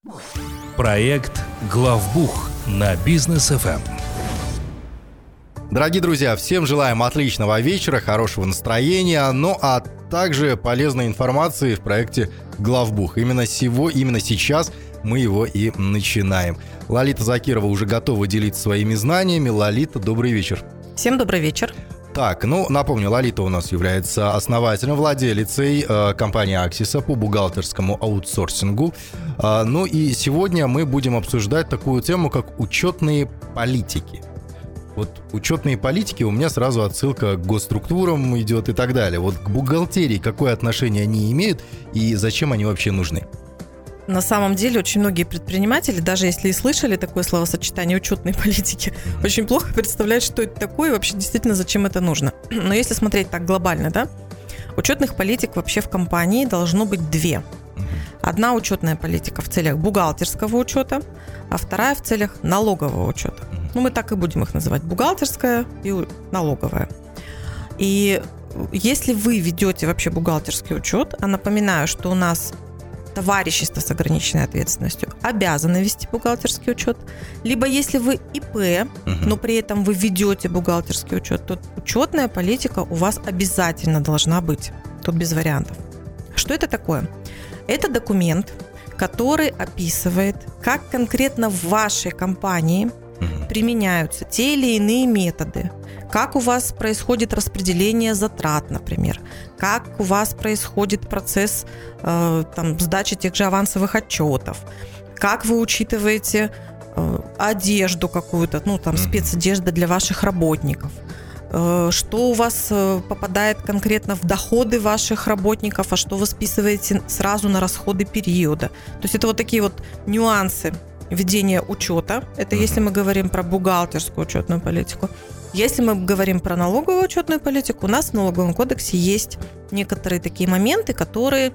Проект «Главбух» на Бизнес ФМ. Дорогие друзья, всем желаем отличного вечера, хорошего настроения, а также полезной информации в проекте «Главбух». Именно сейчас мы его и начинаем. Лолита Закирова уже готова делиться своими знаниями. Лолита, добрый вечер. Всем добрый вечер. Так, напомню, Лолита у нас является основателем, владелицей компании «Аксиса» по бухгалтерскому аутсорсингу. И сегодня мы будем обсуждать такую тему, как учетные политики. Вот учетные политики, у меня сразу отсылка к госструктурам идет и так далее. Вот к бухгалтерии какое отношение они имеют и зачем они вообще нужны? На самом деле очень многие предприниматели, даже если и слышали такое словосочетание учетной политики, очень плохо представляют, что это такое и вообще действительно зачем это нужно. Но если смотреть так глобально, учетных политик вообще в компании должно быть две. Одна учетная политика в целях бухгалтерского учета, а вторая в целях налогового учета. Мы так и будем их называть: бухгалтерская и налоговая. И если вы ведете вообще бухгалтерский учет, а напоминаю, что у нас товарищество с ограниченной ответственностью обязаны вести бухгалтерский учет, либо если вы ИП, но при этом вы ведете бухгалтерский учет, то учетная политика у вас обязательно должна быть. Тут без вариантов. Что это такое? Это документ, который описывает, как конкретно в вашей компании применяются те или иные методы, как у вас происходит распределение затрат, например, как у вас происходит процесс сдачи тех же авансовых отчетов, как вы учитываете одежду какую-то, спецодежда для ваших работников, что у вас попадает конкретно в доходы ваших работников, а что вы списываете сразу на расходы периода. То есть это вот такие вот нюансы ведения учета. Это если мы говорим про бухгалтерскую учетную политику. Если мы говорим про налоговую учетную политику, у нас в налоговом кодексе есть некоторые такие моменты, которые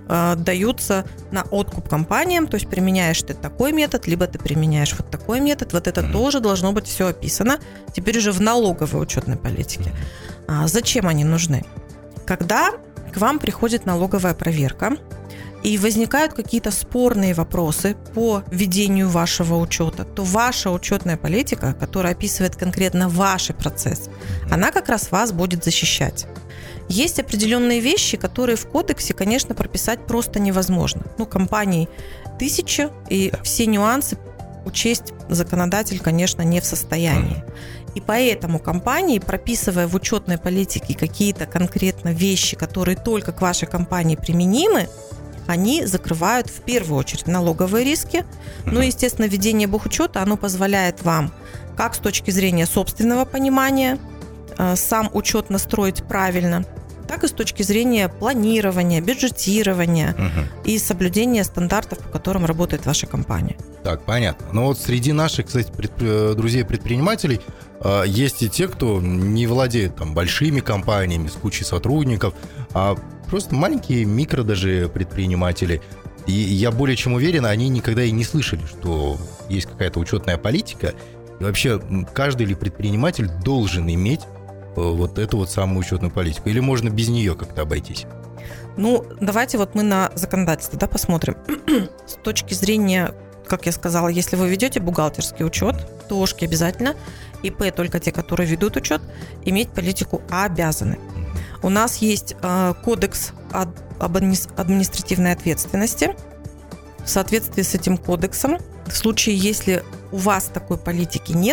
даются на откуп компаниям, то есть применяешь ты такой метод, либо ты применяешь вот такой метод, вот это тоже должно быть все описано теперь уже в налоговой учетной политике. Зачем они нужны? Когда к вам приходит налоговая проверка, и возникают какие-то спорные вопросы по ведению вашего учета, то ваша учетная политика, которая описывает конкретно ваш процесс, она как раз вас будет защищать. Есть определенные вещи, которые в кодексе, конечно, прописать просто невозможно. Компаний 1000, и все нюансы учесть законодатель, конечно, не в состоянии. И поэтому компании, прописывая в учетной политике какие-то конкретно вещи, которые только к вашей компании применимы, они закрывают в первую очередь налоговые риски. Естественно, ведение бухучета, оно позволяет вам, как с точки зрения собственного понимания, сам учет настроить правильно, так и с точки зрения планирования, бюджетирования и соблюдения стандартов, по которым работает ваша компания. Так, понятно. Но среди наших, кстати, друзей-предпринимателей есть и те, кто не владеет большими компаниями с кучей сотрудников, а просто маленькие, микро даже предприниматели. И я более чем уверен, они никогда и не слышали, что есть какая-то учетная политика. И вообще каждый ли предприниматель должен иметь вот эту вот самую учетную политику? Или можно без нее как-то обойтись? Давайте мы на законодательство посмотрим. С точки зрения, как я сказала, если вы ведете бухгалтерский учет, то ОШКи обязательно, ИП только те, которые ведут учет, иметь политику обязаны. У нас есть кодекс об административной ответственности. В соответствии с этим кодексом, в случае, если у вас такой политики нет,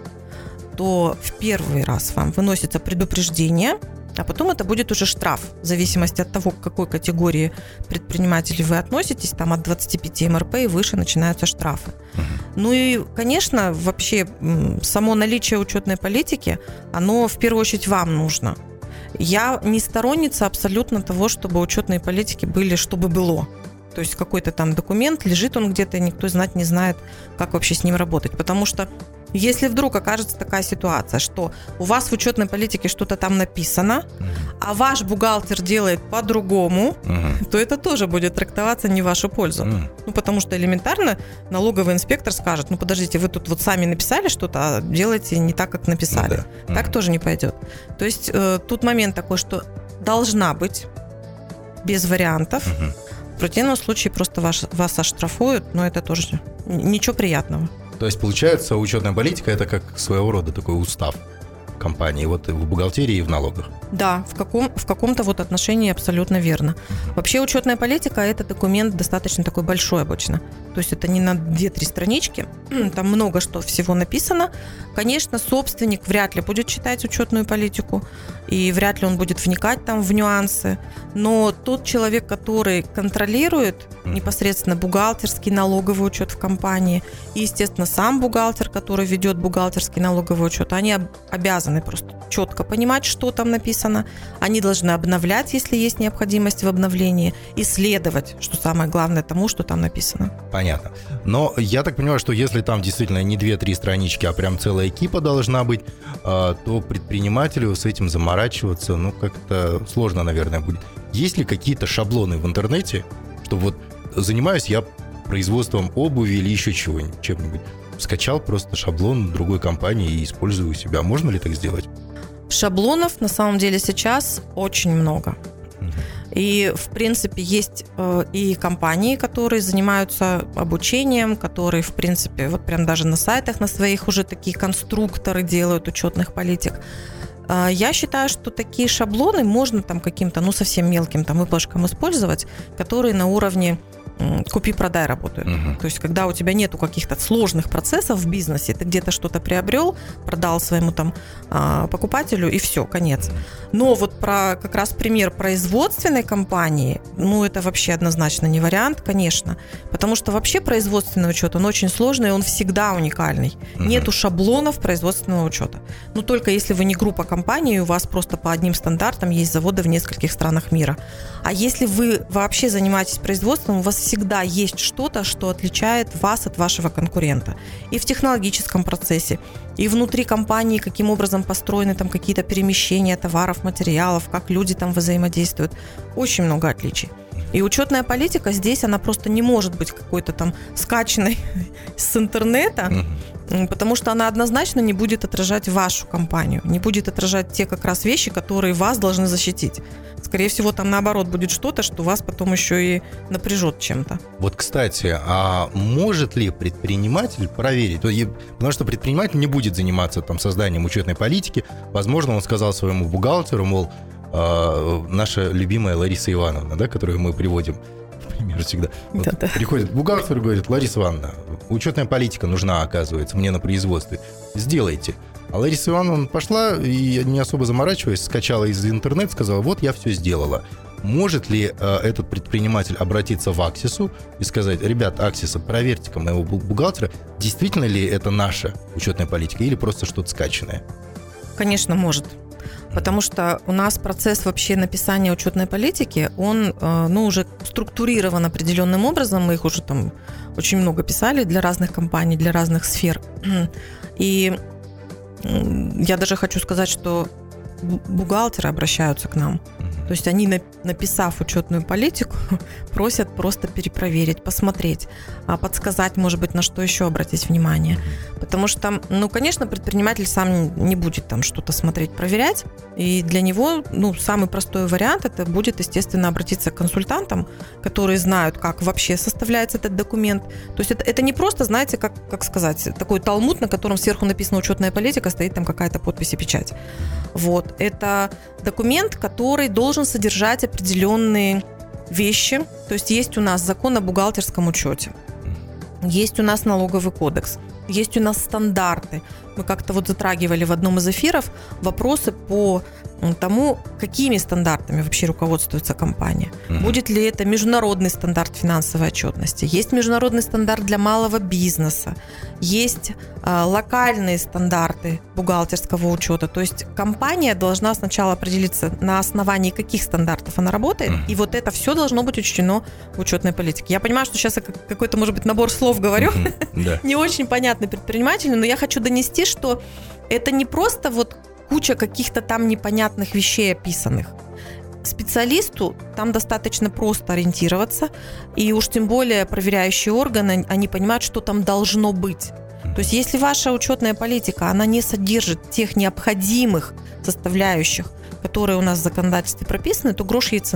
то в первый раз вам выносится предупреждение, а потом это будет уже штраф, в зависимости от того, к какой категории предпринимателей вы относитесь, от 25 МРП и выше начинаются штрафы. И, конечно, вообще само наличие учетной политики, оно в первую очередь вам нужно. Я не сторонница абсолютно того, чтобы учетные политики были, чтобы было. То есть какой-то документ, лежит он где-то, и никто знать не знает, как вообще с ним работать. Потому что если вдруг окажется такая ситуация, что у вас в учетной политике что-то там написано, а ваш бухгалтер делает по-другому, то это тоже будет трактоваться не в вашу пользу. Потому что элементарно налоговый инспектор скажет: подождите, вы тут сами написали что-то, а делаете не так, как написали. Так тоже не пойдет. То есть тут момент такой, что должна быть без вариантов В противном случае просто вас оштрафуют, но это тоже ничего приятного. То есть, получается, учетная политика – это как своего рода такой устав компании, вот и в бухгалтерии, и в налогах. Да, в каком-то вот отношении абсолютно верно. Вообще учетная политика – это документ достаточно такой большой обычно. То есть это не на 2-3 странички, там много что всего написано. Конечно, собственник вряд ли будет читать учетную политику, и вряд ли он будет вникать там в нюансы. Но тот человек, который контролирует непосредственно бухгалтерский налоговый учет в компании, и, естественно, сам бухгалтер, который ведет бухгалтерский налоговый учет, они обязаны просто четко понимать, что там написано. Они должны обновлять, если есть необходимость в обновлении, и следовать, что самое главное, тому, что там написано. Понятно. Но я так понимаю, что если там действительно не 2-3 странички, а прям целая экипа должна быть, то предпринимателю с этим заморачиваться, как-то сложно, наверное, будет. Есть ли какие-то шаблоны в интернете, что вот занимаюсь я производством обуви или еще чего-нибудь, чем-нибудь? Скачал просто шаблон другой компании и использую у себя. Можно ли так сделать? Шаблонов на самом деле сейчас очень много. И, в принципе, есть и компании, которые занимаются обучением, которые, в принципе, вот прям даже на сайтах на своих уже такие конструкторы делают учетных политик. Я считаю, что такие шаблоны можно там каким-то, совсем мелким там выплашкам использовать, которые на уровне купи-продай работают. То есть, когда у тебя нету каких-то сложных процессов в бизнесе, ты где-то что-то приобрел, продал своему там покупателю, и все, конец. Но вот про как раз пример производственной компании, это вообще однозначно не вариант, конечно, потому что вообще производственный учет, он очень сложный, он всегда уникальный. Нету шаблонов производственного учета. Только если вы не группа компаний, и у вас просто по одним стандартам есть заводы в нескольких странах мира. А если вы вообще занимаетесь производством, у вас всегда есть что-то, что отличает вас от вашего конкурента. И в технологическом процессе, и внутри компании, каким образом построены там какие-то перемещения товаров, материалов, как люди там взаимодействуют. Очень много отличий. И учетная политика здесь, она просто не может быть какой-то там скачанной с интернета, потому что она однозначно не будет отражать вашу компанию, не будет отражать те как раз вещи, которые вас должны защитить. Скорее всего, там наоборот будет что-то, что вас потом еще и напряжет чем-то. Вот, кстати, а может ли предприниматель проверить? Потому что предприниматель не будет заниматься там созданием учетной политики. Возможно, он сказал своему бухгалтеру, мол, наша любимая Лариса Ивановна, да, которую мы приводим в пример всегда. Приходит бухгалтер и говорит: Лариса Ивановна, учетная политика нужна, оказывается, мне на производстве. Сделайте. А Лариса Ивановна пошла и, не особо заморачиваясь, скачала из интернета, сказала: вот я все сделала. Может ли этот предприниматель обратиться в Аксису и сказать: ребят, Аксиса, проверьте-ка моего бухгалтера, действительно ли это наша учетная политика или просто что-то скачанное? Конечно, может. Потому что у нас процесс вообще написания учетной политики, он уже структурирован определенным образом. Мы их уже там очень много писали для разных компаний, для разных сфер. И я даже хочу сказать, что бухгалтеры обращаются к нам. То есть они, написав учетную политику, просят просто перепроверить, посмотреть, подсказать, может быть, на что еще обратить внимание. Потому что, конечно, предприниматель сам не будет там что-то смотреть, проверять. И для него, самый простой вариант это будет, естественно, обратиться к консультантам, которые знают, как вообще составляется этот документ. То есть это не просто, знаете, как сказать, такой талмуд, на котором сверху написана учетная политика, стоит там какая-то подпись и печать. Вот. Это документ, который должен содержать определенные вещи. То есть есть у нас закон о бухгалтерском учете, есть у нас налоговый кодекс, есть у нас стандарты. Мы как-то затрагивали в одном из эфиров вопросы по тому, какими стандартами вообще руководствуется компания. Будет ли это международный стандарт финансовой отчетности? Есть международный стандарт для малого бизнеса, есть локальные стандарты бухгалтерского учета. То есть компания должна сначала определиться, на основании каких стандартов она работает, и вот это все должно быть учтено в учетной политике. Я понимаю, что сейчас я какой-то, может быть, набор слов говорю, не очень понятный предпринимателю, но я хочу донести, что это не просто куча каких-то там непонятных вещей описанных. Специалисту там достаточно просто ориентироваться, и уж тем более проверяющие органы, они понимают, что там должно быть. То есть если ваша учетная политика, она не содержит тех необходимых составляющих, которые у нас в законодательстве прописаны, то грош ей цена.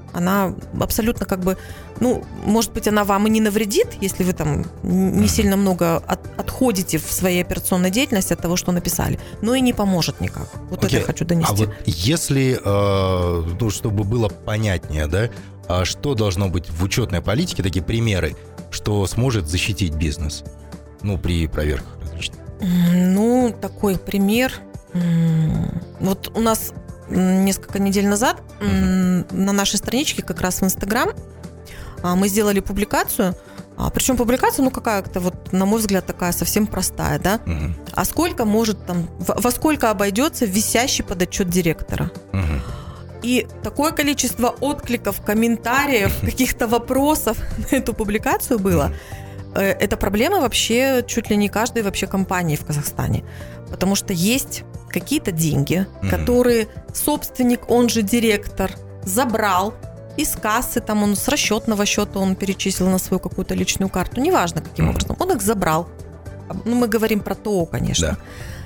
она абсолютно может быть, она вам и не навредит, если вы там не сильно много отходите в своей операционной деятельности от того, что написали, но и не поможет никак. Вот это я хочу донести. А вот если, чтобы было понятнее, да, что должно быть в учетной политике, такие примеры, что сможет защитить бизнес, при проверках различных? Такой пример. Вот у нас несколько недель назад на нашей страничке, как раз в Инстаграм, мы сделали публикацию. Причем публикация, какая-то, на мой взгляд, такая совсем простая, да? А сколько может во сколько обойдется висящий подотчет директора? И такое количество откликов, комментариев, каких-то вопросов на эту публикацию было. Это проблема вообще чуть ли не каждой вообще компании в Казахстане. Потому что есть какие-то деньги, которые собственник, он же директор, забрал из кассы, он с расчетного счета он перечислил на свою какую-то личную карту, неважно каким образом, он их забрал. Мы говорим про ТО, конечно. Да.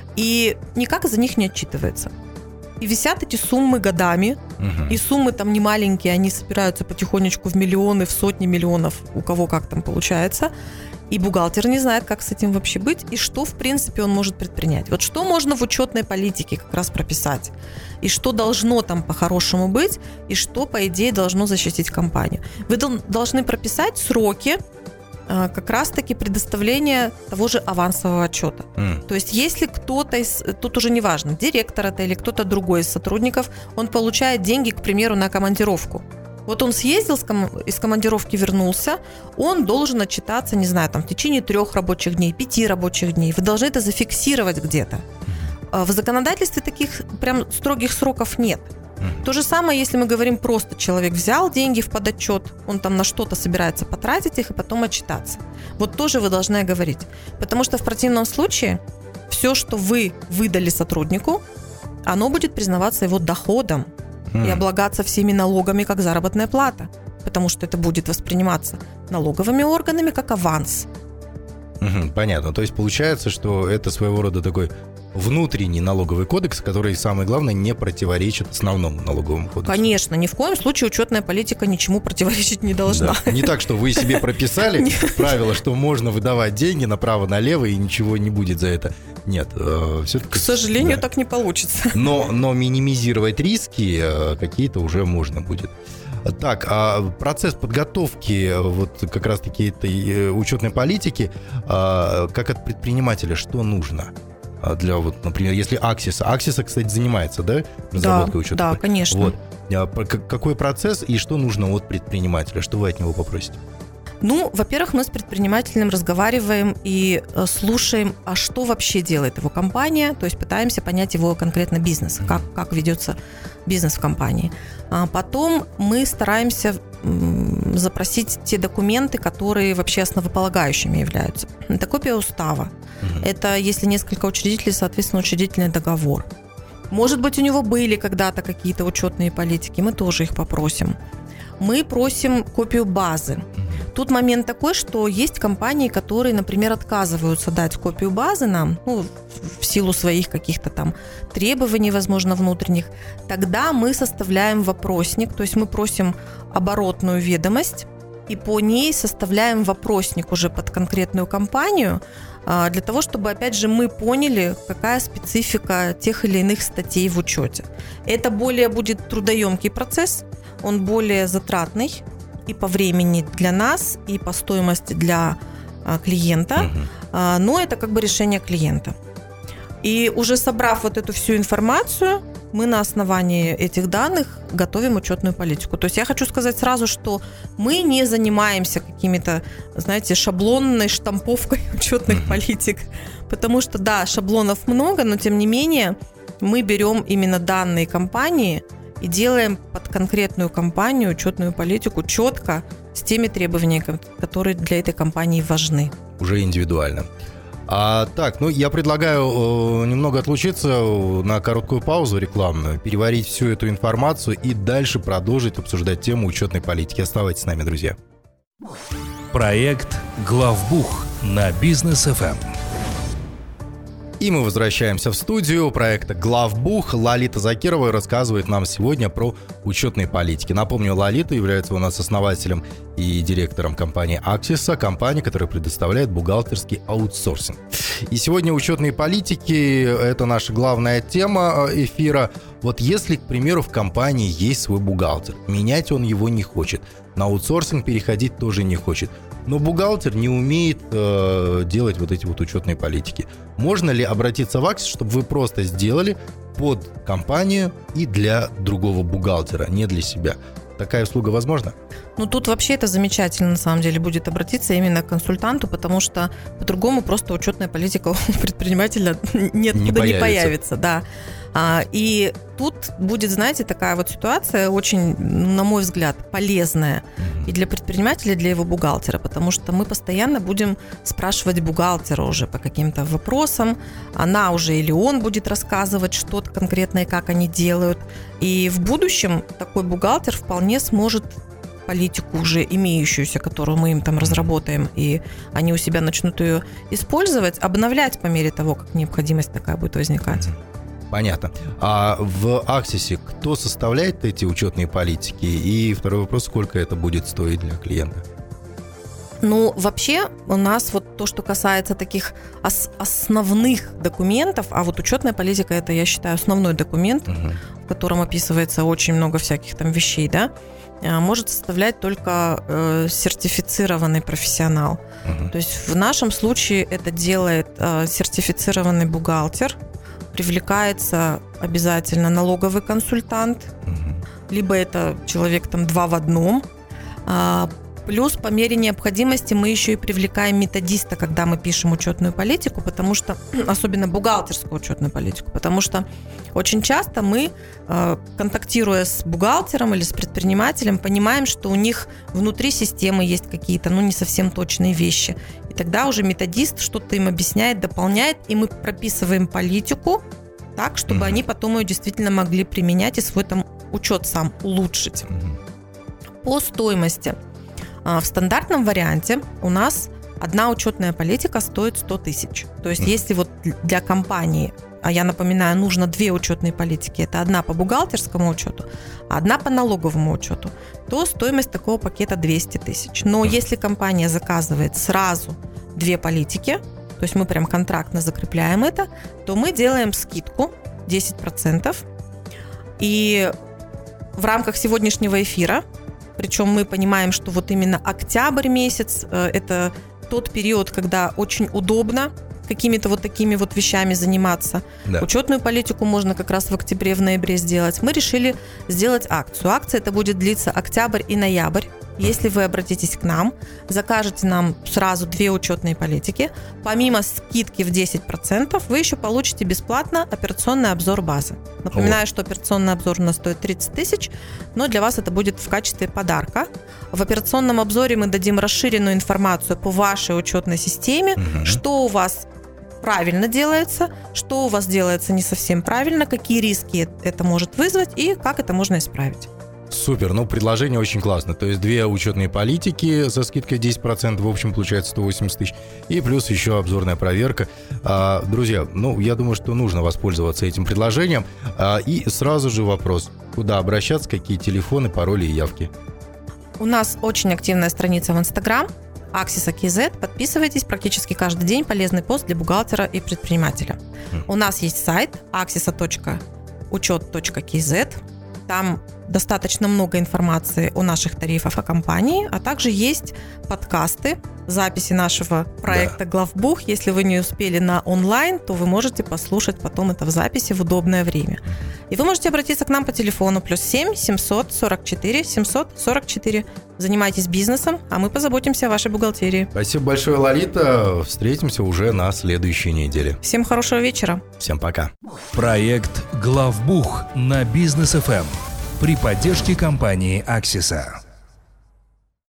И никак за них не отчитывается. И висят эти суммы годами, и суммы там не маленькие, они собираются потихонечку в миллионы, в сотни миллионов, у кого как там получается. И бухгалтер не знает, как с этим вообще быть, и что, в принципе, он может предпринять. Вот что можно в учетной политике как раз прописать, и что должно там по-хорошему быть, и что, по идее, должно защитить компанию. Вы должны прописать сроки как раз-таки предоставления того же авансового отчета. То есть если кто-то тут уже не важно, директор это или кто-то другой из сотрудников, он получает деньги, к примеру, на командировку. Вот он съездил из командировки, вернулся, он должен отчитаться, не знаю, в течение 3 рабочих дней, 5 рабочих дней. Вы должны это зафиксировать где-то. В законодательстве таких прям строгих сроков нет. То же самое, если мы говорим просто, человек взял деньги в подотчет, он там на что-то собирается потратить их и потом отчитаться. Вот тоже вы должны говорить. Потому что в противном случае все, что вы выдали сотруднику, оно будет признаваться его доходом и облагаться всеми налогами как заработная плата, потому что это будет восприниматься налоговыми органами как аванс. Понятно. То есть получается, что это своего рода такой внутренний налоговый кодекс, который, самое главное, не противоречит основному налоговому кодексу. Конечно, ни в коем случае учетная политика ничему противоречить не должна. Да. Не так, что вы себе прописали правило, что можно выдавать деньги направо-налево и ничего не будет за это. Нет, все-таки... К сожалению, так не получится. Но минимизировать риски какие-то уже можно будет. Так, а процесс подготовки вот как раз-таки этой учетной политики, как от предпринимателя, что нужно? Для, например, если Аксиса, кстати, занимается, да, разработкой учета? Да, конечно. Какой процесс и что нужно от предпринимателя? Что вы от него попросите? Во-первых, мы с предпринимателем разговариваем и слушаем, а что вообще делает его компания, то есть пытаемся понять его конкретно бизнес, как ведется бизнес в компании. Потом мы стараемся запросить те документы, которые вообще основополагающими являются. Это копия устава. Это, если несколько учредителей, соответственно, учредительный договор. Может быть, у него были когда-то какие-то учетные политики, мы тоже их попросим. Мы просим копию базы. Тут момент такой, что есть компании, которые, например, отказываются дать копию базы нам, в силу своих каких-то там требований, возможно, внутренних. Тогда мы составляем вопросник, то есть мы просим оборотную ведомость, и по ней составляем вопросник уже под конкретную компанию, для того, чтобы, опять же, мы поняли, какая специфика тех или иных статей в учете. Это более будет трудоемкий процесс, он более затратный и по времени для нас, и по стоимости для клиента, но это как бы решение клиента. И уже собрав вот эту всю информацию, мы на основании этих данных готовим учетную политику. То есть я хочу сказать сразу, что мы не занимаемся какими-то, знаете, шаблонной штамповкой учетных политик, потому что, да, шаблонов много, но тем не менее мы берем именно данные компании и делаем под конкретную компанию учетную политику четко с теми требованиями, которые для этой компании важны. Уже индивидуально. Так, я предлагаю немного отлучиться на короткую паузу рекламную, переварить всю эту информацию и дальше продолжить обсуждать тему учетной политики. Оставайтесь с нами, друзья. Проект «Главбух» на Бизнес FM. И мы возвращаемся в студию проекта «Главбух». Лолита Закирова рассказывает нам сегодня про учетной политики. Напомню, Лолита является у нас основателем и директором компании Axis, компании, которая предоставляет бухгалтерский аутсорсинг. И сегодня учетные политики – это наша главная тема эфира. Вот если, к примеру, в компании есть свой бухгалтер, менять он его не хочет, на аутсорсинг переходить тоже не хочет, но бухгалтер не умеет делать вот эти вот учетные политики. Можно ли обратиться в Axis, чтобы вы просто сделали под компанию и для другого бухгалтера, не для себя? Такая услуга возможна? Ну, тут вообще это замечательно, на самом деле, будет обратиться именно к консультанту, потому что по-другому просто учетная политика у предпринимателя не появится. Да. И тут будет, знаете, такая вот ситуация очень, на мой взгляд, полезная и для предпринимателя, и для его бухгалтера, потому что мы постоянно будем спрашивать бухгалтера уже по каким-то вопросам, она уже или он будет рассказывать что-то конкретное, как они делают. И в будущем такой бухгалтер вполне сможет политику уже имеющуюся, которую мы им там разработаем, и они у себя начнут ее использовать, обновлять по мере того, как необходимость такая будет возникать. Понятно. А в Axis кто составляет эти учетные политики? И второй вопрос, сколько это будет стоить для клиента? Ну, вообще, у нас вот то, что касается таких основных документов, а вот учетная политика – это, я считаю, основной документ, в котором описывается очень много всяких там вещей, да, может составлять только сертифицированный профессионал. То есть в нашем случае это делает сертифицированный бухгалтер, привлекается обязательно налоговый консультант, либо это человек там 2 в 1. Плюс по мере необходимости мы еще и привлекаем методиста, когда мы пишем учетную политику, потому что, особенно бухгалтерскую учетную политику, потому что очень часто мы, контактируя с бухгалтером или с предпринимателем, понимаем, что у них внутри системы есть какие-то, не совсем точные вещи. И тогда уже методист что-то им объясняет, дополняет, и мы прописываем политику так, чтобы они потом ее действительно могли применять и свой там учет сам улучшить. По стоимости. В стандартном варианте у нас одна учетная политика стоит 100 тысяч. То есть если вот для компании, а я напоминаю, нужно 2 учетные политики, это одна по бухгалтерскому учету, а одна по налоговому учету, то стоимость такого пакета 200 тысяч. Но если компания заказывает сразу 2 политики, то есть мы прям контрактно закрепляем это, то мы делаем скидку 10%. И в рамках сегодняшнего эфира, причем мы понимаем, что вот именно октябрь месяц – это тот период, когда очень удобно какими-то вот такими вот вещами заниматься. Да. Учетную политику можно как раз в октябре, в ноябре сделать. Мы решили сделать акцию. Акция это будет длиться октябрь и ноябрь. Если вы обратитесь к нам, закажете нам сразу 2 учетные политики, помимо скидки в 10%, вы еще получите бесплатно операционный обзор базы. Напоминаю, что операционный обзор у нас стоит 30 тысяч, но для вас это будет в качестве подарка. В операционном обзоре мы дадим расширенную информацию по вашей учетной системе, что у вас правильно делается, что у вас делается не совсем правильно, какие риски это может вызвать и как это можно исправить. Супер, предложение очень классно. То есть 2 учетные политики со скидкой 10%, в общем, получается 180 тысяч. И плюс еще обзорная проверка. Друзья, я думаю, что нужно воспользоваться этим предложением. И сразу же вопрос, куда обращаться, какие телефоны, пароли и явки? У нас очень активная страница в Instagram, Axis.kz. Подписывайтесь, практически каждый день полезный пост для бухгалтера и предпринимателя. У нас есть сайт axis.учет.kz. Там достаточно много информации о наших тарифах, о компании, а также есть подкасты, записи нашего проекта «Главбух». Если вы не успели на онлайн, то вы можете послушать потом это в записи в удобное время. И вы можете обратиться к нам по телефону +7 744 744. Занимайтесь бизнесом, а мы позаботимся о вашей бухгалтерии. Спасибо большое, Лолита. Встретимся уже на следующей неделе. Всем хорошего вечера. Всем пока. Проект «Главбух» на Бизнес ФМ при поддержке компании Axis.